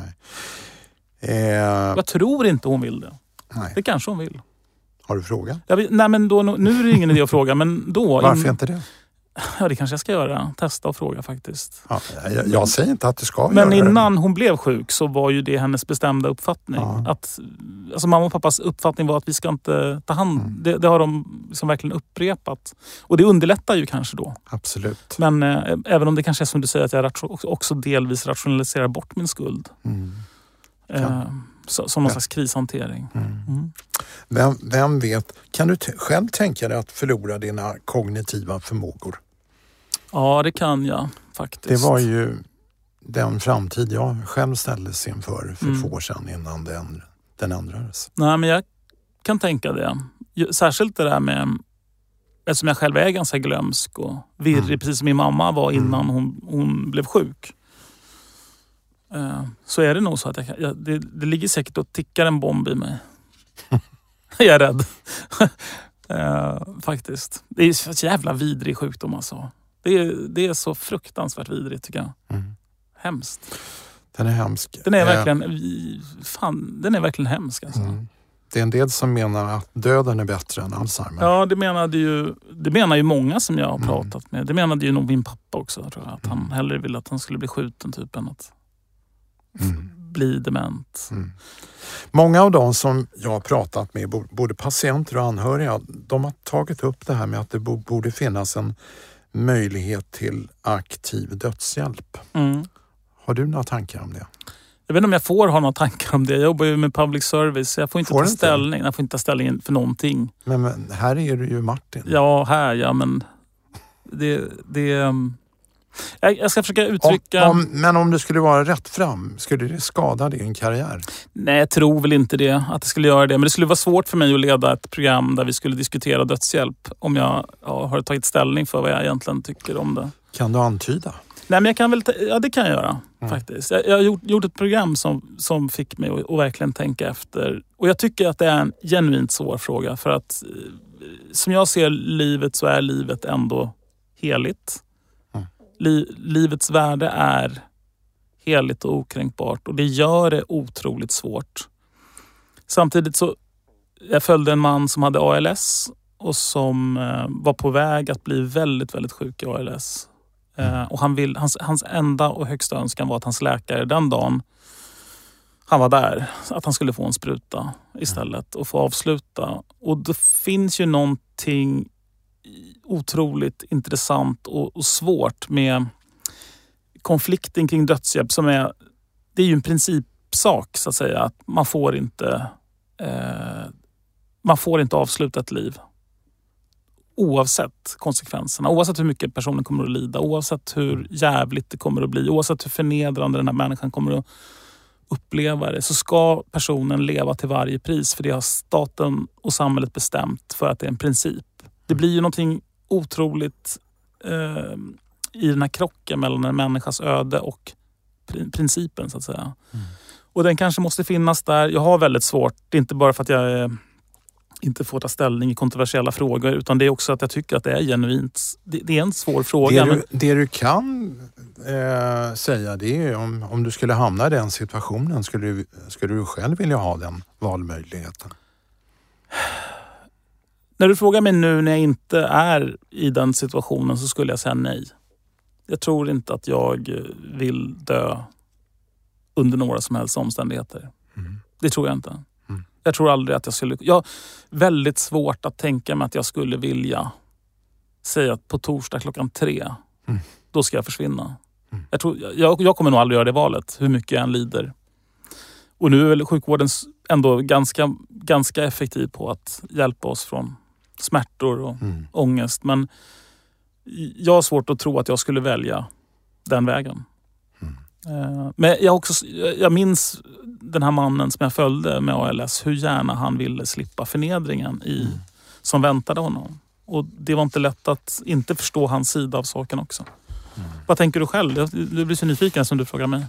Jag tror inte hon vill det. Nej. Det kanske hon vill. Har du frågat? Nej, men nu är det ingen idé att fråga, men då... Varför inte det? Ja, det kanske jag ska göra. Testa och fråga faktiskt. Ja, jag säger inte att du ska men göra innan hon blev sjuk så var ju det hennes bestämda uppfattning. Att, alltså mamma och pappas uppfattning var att vi ska inte ta hand. Det har de liksom verkligen upprepat. Och det underlättar ju kanske då. Absolut. Men även om det kanske är som du säger att jag också delvis rationaliserar bort min skuld. Som någon slags krishantering. Vem vet, kan du själv tänka dig att förlora dina kognitiva förmågor? Ja, det kan jag faktiskt. Det var ju den framtid jag själv ställdes inför för 2 år sedan innan den ändrades. Nej, men jag kan tänka det. Särskilt det där med, eftersom jag själv är ganska glömsk och virrig, precis som min mamma var innan hon blev sjuk. Så är det nog så att det ligger säkert och tickar en bomb i mig. Jag är rädd. Faktiskt. Det är så jävla vidrig sjukdom alltså. Det är så fruktansvärt vidrigt tycker jag. Hemskt. Den är hemsk. Den är verkligen hemsk alltså. Det är en del som menar att döden är bättre än Alzheimer. Ja, det menar ju många som jag har pratat med. Det menade ju nog min pappa också, tror jag. Att han hellre ville att han skulle bli skjuten typ än att bli dement. Många av de som jag har pratat med, både patienter och anhöriga, de har tagit upp det här med att det borde finnas en möjlighet till aktiv dödshjälp. Har du några tankar om det? Jag vet inte om jag får ha några tankar om det. Jag jobbar ju med public service så jag får inte ta ställning. Jag får inte ta ställning för någonting. Men här är du ju Martin. Ja, men jag ska försöka uttrycka... Men om du skulle vara rätt fram, skulle det skada din karriär? Nej, jag tror väl inte det, att det skulle göra det. Men det skulle vara svårt för mig att leda ett program där vi skulle diskutera dödshjälp om jag har tagit ställning för vad jag egentligen tycker om det. Kan du antyda? Nej, men jag kan väl... Ja, det kan jag göra faktiskt. Jag har gjort ett program som fick mig att verkligen tänka efter. Och jag tycker att det är en genuint svår fråga. För att som jag ser livet så är livet ändå heligt. Livets värde är heligt och okränkbart och det gör det otroligt svårt. Samtidigt så jag följde en man som hade ALS och som var på väg att bli väldigt, väldigt sjuk i ALS. Och hans enda och högsta önskan var att hans läkare den dagen han var där, att han skulle få en spruta istället och få avsluta. Och det finns ju någonting otroligt intressant och svårt med konflikten kring dödshjälp det är ju en principsak så att säga, att man får inte avsluta ett liv oavsett konsekvenserna, oavsett hur mycket personen kommer att lida, oavsett hur jävligt det kommer att bli, oavsett hur förnedrande den här människan kommer att uppleva det, så ska personen leva till varje pris, för det har staten och samhället bestämt för att det är en princip. Det blir ju någonting otroligt i den här krocken mellan en människas öde och principen så att säga. Och den kanske måste finnas där. Jag har väldigt svårt, det är inte bara för att jag inte får ta ställning i kontroversiella frågor, utan det är också att jag tycker att det är genuint. Det är en svår fråga. Det du kan säga, det är om du skulle hamna i den situationen, skulle du själv vilja ha den valmöjligheten? När du frågar mig nu när jag inte är i den situationen, så skulle jag säga nej. Jag tror inte att jag vill dö under några som helst omständigheter. Det tror jag inte. Jag tror aldrig att jag skulle... Jag har väldigt svårt att tänka mig att jag skulle vilja säga att på torsdag 3:00 då ska jag försvinna. Jag kommer nog aldrig göra det valet, hur mycket jag än lider. Och nu är väl sjukvården ändå ganska effektiv på att hjälpa oss från smärtor och ångest. Men jag har svårt att tro att jag skulle välja den vägen. Men jag minns den här mannen som jag följde med ALS, hur gärna han ville slippa förnedringen som väntade honom. Och det var inte lätt att inte förstå hans sida av saken också. Vad tänker du själv? Du blir så nyfiken som du frågar mig.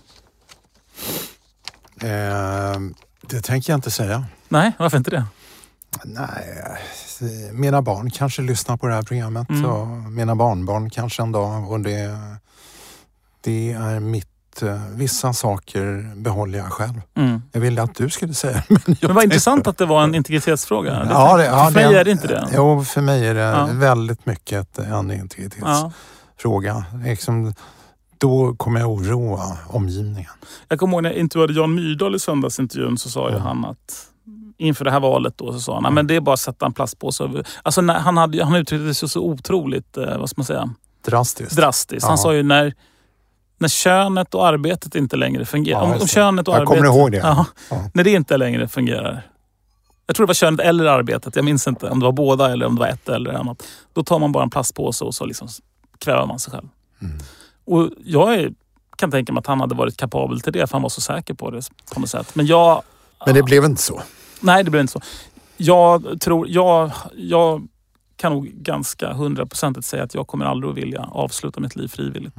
Det tänker jag inte säga. Nej, varför inte det? Nej, mina barn kanske lyssnar på det här programmet och mina barnbarn kanske en dag, och det är mitt. Vissa saker behåller jag själv. Jag ville att du skulle säga det. Men vad intressant att det var en integritetsfråga. För mig är det inte det. Jo, för mig är det väldigt mycket en integritetsfråga. Liksom, då kommer jag oroa omgivningen. Jag kommer ihåg när jag intervjuade Jan Myrdal i söndagsintervjun, så sa ju han att inför det här valet då, så sa han men det är bara att sätta en plastpåse. Alltså han uttryckte sig så otroligt, vad ska man säga? Drastiskt. Han sa ju när könet och arbetet inte längre fungerar. Om könet och jag kommer ihåg det. När det inte längre fungerar. Jag tror det var könet eller arbetet. Jag minns inte om det var båda eller om det var ett eller annat. Då tar man bara en plastpåse och så liksom kväver man sig själv. Och jag kan tänka mig att han hade varit kapabel till det, för han var så säker på det på något sätt. Men det blev inte så. Nej, det blev inte så. Jag tror... Jag kan nog ganska 100% säga att jag kommer aldrig att vilja avsluta mitt liv frivilligt.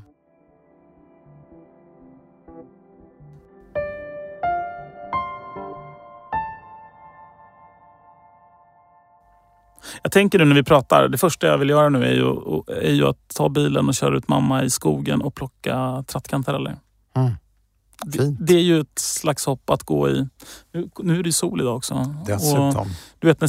Jag tänker nu när vi pratar, det första jag vill göra nu är ju att ta bilen och köra ut mamma i skogen och plocka trattkantareller. Det är ju ett slags hopp att gå i. Nu är det sol idag också. Dessutom. Du vet när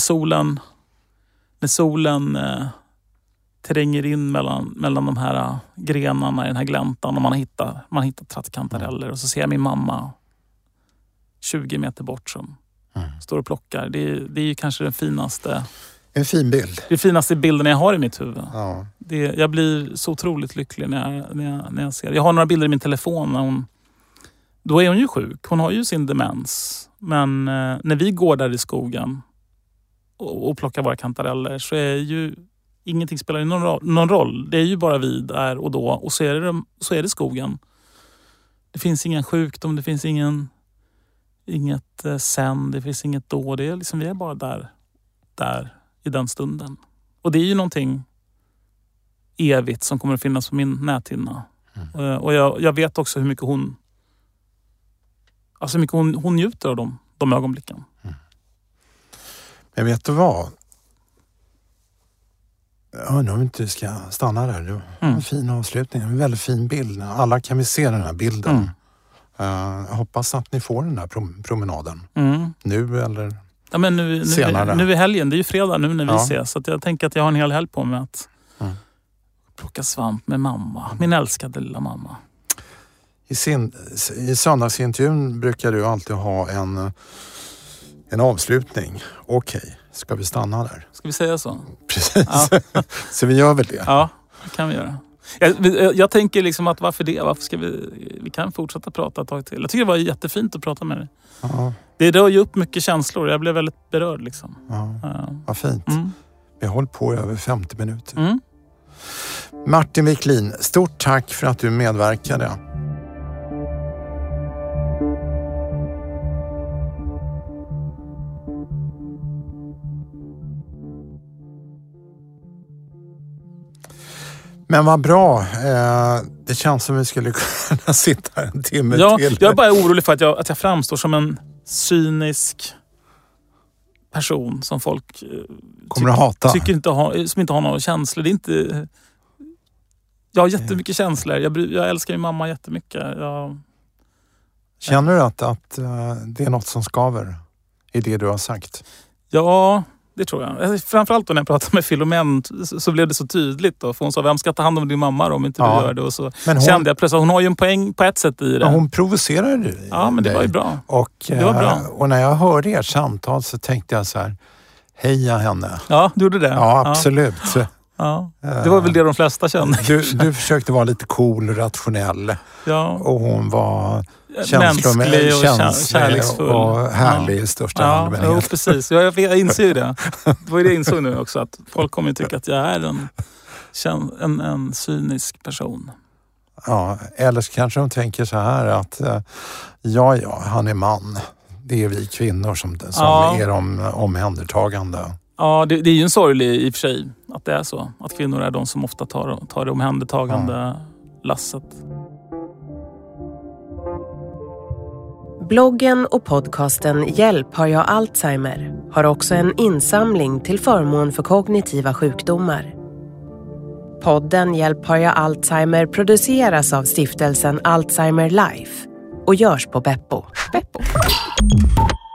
solen tränger in mellan de här grenarna i den här gläntan, och man hittar trattkantareller, och så ser jag min mamma 20 meter bort som står och plockar. Det är ju kanske den finaste... En fin bild. Det finaste bilden jag har i mitt huvud. Ja. Jag blir så otroligt lycklig när jag ser det. Jag har några bilder i min telefon då är hon ju sjuk. Hon har ju sin demens. Men när vi går där i skogen och plockar våra kantareller, så är ju ingenting spelar någon roll. Det är ju bara vi där och då. Och så är det skogen. Det finns ingen sjukdom, det finns inget sen, det finns inget då. Det är liksom, vi är bara där i den stunden. Och det är ju någonting evigt som kommer att finnas på min näthinna. Och jag vet också hur mycket hon njuter av de ögonblicken. Men vet du vad? Jag undrar om inte ska stanna där. Det var en fin avslutning, en väldigt fin bild. Alla kan vi se den här bilden. Jag hoppas att ni får den här promenaden. Nu eller senare. Nu är helgen, det är ju fredag nu när vi ses. Så att jag tänker att jag har en hel helg på mig att plocka svamp med mamma. Min älskade lilla mamma. I söndagsintervjun brukar du alltid ha en avslutning. Okej, ska vi stanna där? Ska vi säga så? Precis. Ja. Så vi gör väl det? Ja, det kan vi göra. Jag tänker liksom att varför det? Varför ska vi kan fortsätta prata ett tag till. Jag tycker det var jättefint att prata med dig. Ja. Det rör ju upp mycket känslor. Jag blev väldigt berörd liksom. Ja. Vad fint. Vi har hållit på i över 50 minuter. Martin Wiklin, stort tack för att du medverkade. Men vad bra. Det känns som vi skulle kunna sitta en timme till. Jag är bara orolig för att jag framstår som en cynisk person som folk kommer att hata. Som inte har några känslor. Det är inte... Jag har jättemycket känslor. Jag älskar min mamma jättemycket. Känner du att det är något som skaver i det du har sagt? Ja, det tror jag. Framförallt då när jag pratade med Filomén så blev det så tydligt. Då. För hon sa, vem ska ta hand om din mamma om inte du gör det? Och så kände jag plötsligt, hon har ju en poäng på ett sätt i det. Hon provocerade dig. Ja, men det var ju bra. Det var bra. Och när jag hörde ert samtal så tänkte jag så här, heja henne. Ja, du gjorde det? Ja, absolut. Ja. Det var väl det de flesta kände. Du försökte vara lite cool och rationell. Ja. Och hon var mänsklig och kärleksfull. Och härlig i största allmänhet. Ja, precis. Jag inser det. Det var ju det jag insåg nu också. Att folk kommer att tycka att jag är en cynisk person. Ja, eller kanske de tänker så här att han är man. Det är vi kvinnor som är de omhändertagande. Ja, det är ju en sorglig i och för sig att det är så. Att kvinnor är de som ofta tar det omhändertagande lasset. Bloggen och podcasten Hjälp har jag Alzheimer har också en insamling till förmån för kognitiva sjukdomar. Podden Hjälp har jag Alzheimer produceras av stiftelsen Alzheimer Life och görs på Beppo.